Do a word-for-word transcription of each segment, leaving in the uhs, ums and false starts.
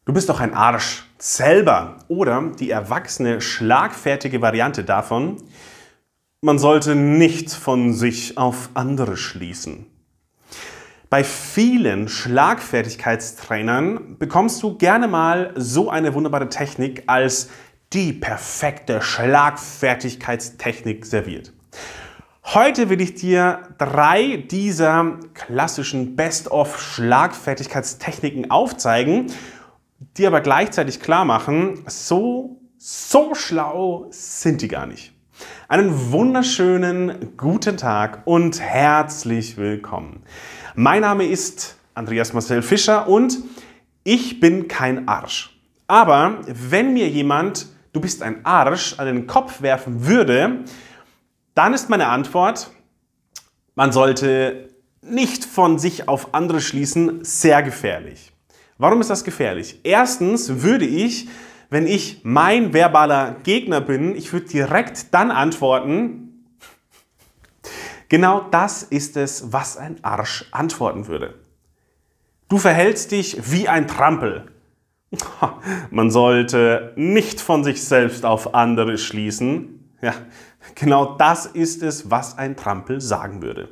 Du bist doch ein Arsch. Selber. Oder die erwachsene, schlagfertige Variante davon: Man sollte nicht von sich auf andere schließen. Bei vielen Schlagfertigkeitstrainern bekommst du gerne mal so eine wunderbare Technik als die perfekte Schlagfertigkeitstechnik serviert. Heute will ich dir drei dieser klassischen Best-of-Schlagfertigkeitstechniken aufzeigen, die aber gleichzeitig klar machen, so, so schlau sind die gar nicht. Einen wunderschönen guten Tag und herzlich willkommen. Mein Name ist Andreas Marcel Fischer und ich bin kein Arsch. Aber wenn mir jemand, du bist ein Arsch, an den Kopf werfen würde, dann ist meine Antwort: Man sollte nicht von sich auf andere schließen, sehr gefährlich. Warum ist das gefährlich? Erstens würde ich, wenn ich mein verbaler Gegner bin, ich würde direkt dann antworten: Genau das ist es, was ein Arsch antworten würde. Du verhältst dich wie ein Trampel. Man sollte nicht von sich selbst auf andere schließen. Ja, genau das ist es, was ein Trampel sagen würde.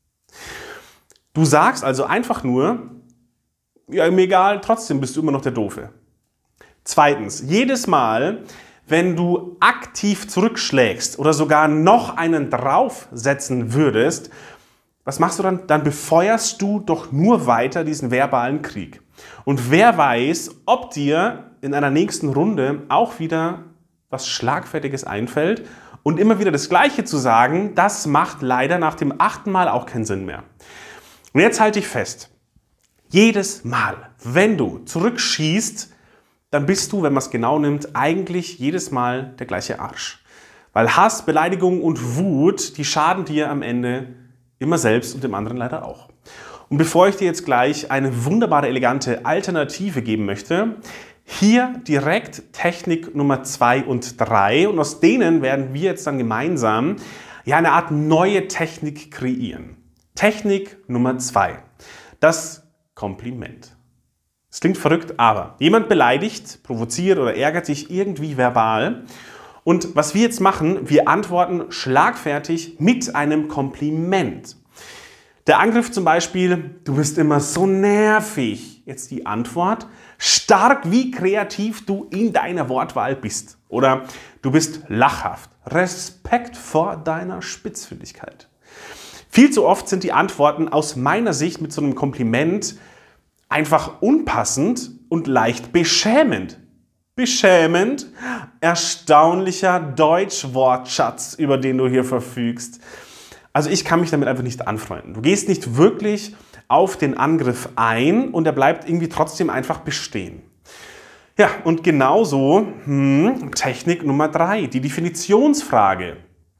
Du sagst also einfach nur: Ja, mir egal, trotzdem bist du immer noch der Doofe. Zweitens, jedes Mal, wenn du aktiv zurückschlägst oder sogar noch einen draufsetzen würdest, was machst du dann? Dann befeuerst du doch nur weiter diesen verbalen Krieg. Und wer weiß, ob dir in einer nächsten Runde auch wieder was Schlagfertiges einfällt, und immer wieder das Gleiche zu sagen, das macht leider nach dem achten Mal auch keinen Sinn mehr. Und jetzt halte ich fest: Jedes Mal, wenn du zurückschießt, dann bist du, wenn man es genau nimmt, eigentlich jedes Mal der gleiche Arsch. Weil Hass, Beleidigung und Wut, die schaden dir am Ende immer selbst und dem anderen leider auch. Und bevor ich dir jetzt gleich eine wunderbare, elegante Alternative geben möchte, hier direkt Technik Nummer zwei und drei. Und aus denen werden wir jetzt dann gemeinsam ja, eine Art neue Technik kreieren. Technik Nummer zwei. Das Kompliment. Es klingt verrückt, aber jemand beleidigt, provoziert oder ärgert sich irgendwie verbal. Und was wir jetzt machen, wir antworten schlagfertig mit einem Kompliment. Der Angriff zum Beispiel: Du bist immer so nervig. Jetzt die Antwort: Stark, wie kreativ du in deiner Wortwahl bist. Oder: Du bist lachhaft. Respekt vor deiner Spitzfindigkeit. Viel zu oft sind die Antworten aus meiner Sicht mit so einem Kompliment einfach unpassend und leicht beschämend. Beschämend? Erstaunlicher Deutschwortschatz, über den du hier verfügst. Also ich kann mich damit einfach nicht anfreunden. Du gehst nicht wirklich auf den Angriff ein und er bleibt irgendwie trotzdem einfach bestehen. Ja, und genauso hm, Technik Nummer drei, die Definitionsfrage.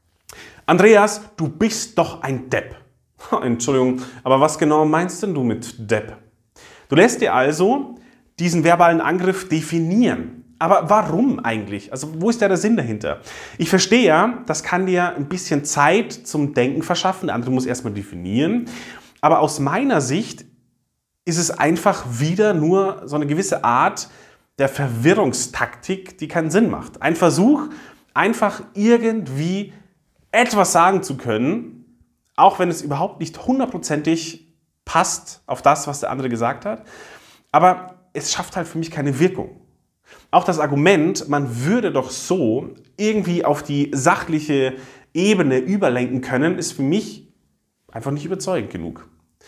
Andreas, du bist doch ein Depp. Entschuldigung, aber was genau meinst denn du mit Depp? Du lässt dir also diesen verbalen Angriff definieren. Aber warum eigentlich? Also wo ist da der Sinn dahinter? Ich verstehe ja, das kann dir ein bisschen Zeit zum Denken verschaffen. Der andere muss erstmal definieren. Aber aus meiner Sicht ist es einfach wieder nur so eine gewisse Art der Verwirrungstaktik, die keinen Sinn macht. Ein Versuch, einfach irgendwie etwas sagen zu können, auch wenn es überhaupt nicht hundertprozentig passt auf das, was der andere gesagt hat. Aber es schafft halt für mich keine Wirkung. Auch das Argument, man würde doch so irgendwie auf die sachliche Ebene überlenken können, ist für mich einfach nicht überzeugend genug.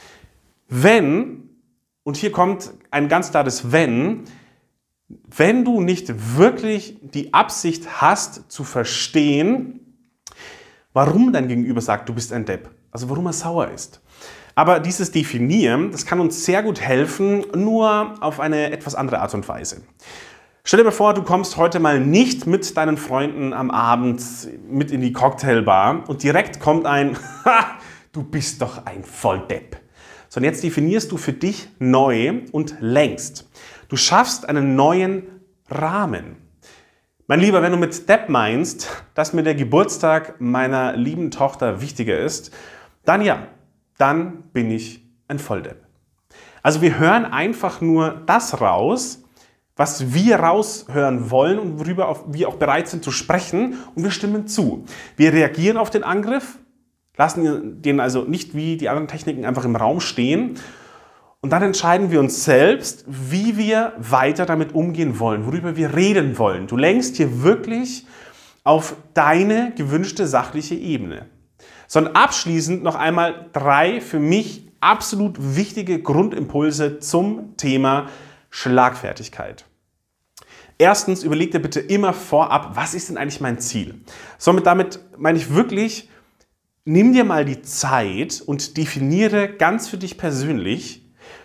Wenn, und hier kommt ein ganz klares Wenn, wenn du nicht wirklich die Absicht hast zu verstehen, warum dein Gegenüber sagt, du bist ein Depp, also warum er sauer ist. Aber dieses Definieren, das kann uns sehr gut helfen, nur auf eine etwas andere Art und Weise. Stell dir mal vor, du kommst heute mal nicht mit deinen Freunden am Abend mit in die Cocktailbar und direkt kommt ein: Ha, du bist doch ein Volldepp. Sondern jetzt definierst du für dich neu und längst. Du schaffst einen neuen Rahmen. Mein Lieber, wenn du mit Depp meinst, dass mir der Geburtstag meiner lieben Tochter wichtiger ist, dann ja, dann bin ich ein Volldepp. Also wir hören einfach nur das raus, was wir raushören wollen und worüber wir auch bereit sind zu sprechen, und wir stimmen zu. Wir reagieren auf den Angriff, lassen den also nicht wie die anderen Techniken einfach im Raum stehen, und dann entscheiden wir uns selbst, wie wir weiter damit umgehen wollen, worüber wir reden wollen. Du lenkst hier wirklich auf deine gewünschte sachliche Ebene. Sondern abschließend noch einmal drei für mich absolut wichtige Grundimpulse zum Thema Schlagfertigkeit. Erstens, überleg dir bitte immer vorab, was ist denn eigentlich mein Ziel? Somit damit meine ich wirklich, nimm dir mal die Zeit und definiere ganz für dich persönlich,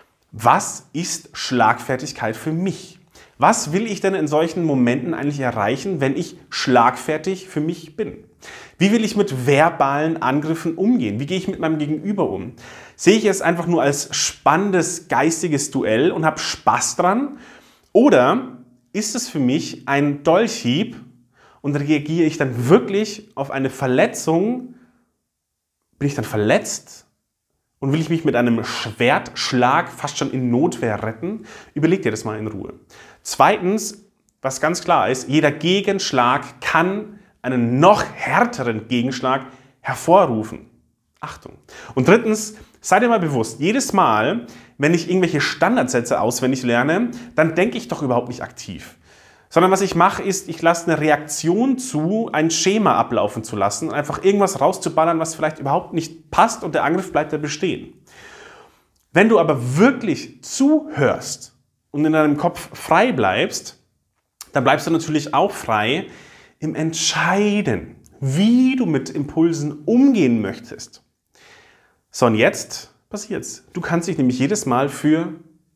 was ist Schlagfertigkeit für mich? Was will ich denn in solchen Momenten eigentlich erreichen, wenn ich schlagfertig für mich bin? Wie will ich mit verbalen Angriffen umgehen? Wie gehe ich mit meinem Gegenüber um? Sehe ich es einfach nur als spannendes geistiges Duell und habe Spaß dran? Oder ist es für mich ein Dolchhieb und reagiere ich dann wirklich auf eine Verletzung? Bin ich dann verletzt? Und will ich mich mit einem Schwertschlag fast schon in Notwehr retten? Überleg dir das mal in Ruhe. Zweitens, was ganz klar ist, jeder Gegenschlag kann einen noch härteren Gegenschlag hervorrufen. Achtung. Und drittens, sei dir mal bewusst, jedes Mal, wenn ich irgendwelche Standardsätze auswendig lerne, dann denke ich doch überhaupt nicht aktiv. Sondern was ich mache, ist, ich lasse eine Reaktion zu, ein Schema ablaufen zu lassen, einfach irgendwas rauszuballern, was vielleicht überhaupt nicht passt, und der Angriff bleibt ja bestehen. Wenn du aber wirklich zuhörst und in deinem Kopf frei bleibst, dann bleibst du natürlich auch frei im Entscheiden, wie du mit Impulsen umgehen möchtest. So, und jetzt passiert's. Du kannst dich nämlich jedes Mal für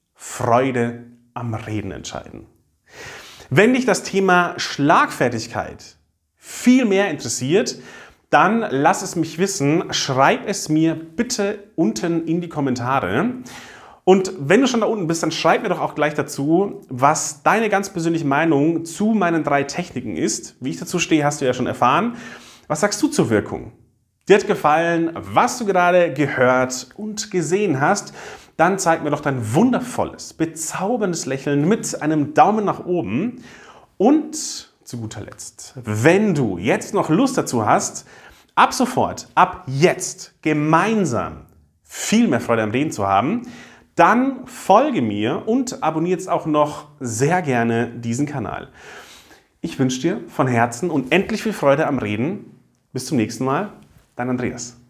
Freude am Reden entscheiden. Wenn dich das Thema Schlagfertigkeit viel mehr interessiert, dann lass es mich wissen, schreib es mir bitte unten in die Kommentare. Und wenn du schon da unten bist, dann schreib mir doch auch gleich dazu, was deine ganz persönliche Meinung zu meinen drei Techniken ist. Wie ich dazu stehe, hast du ja schon erfahren. Was sagst du zur Wirkung? Dir hat gefallen, was du gerade gehört und gesehen hast? Dann zeig mir doch dein wundervolles, bezauberndes Lächeln mit einem Daumen nach oben. Und zu guter Letzt, wenn du jetzt noch Lust dazu hast, ab sofort, ab jetzt gemeinsam viel mehr Freude am Reden zu haben, dann folge mir und abonniere jetzt auch noch sehr gerne diesen Kanal. Ich wünsche dir von Herzen unendlich viel Freude am Reden. Bis zum nächsten Mal, dein Andreas.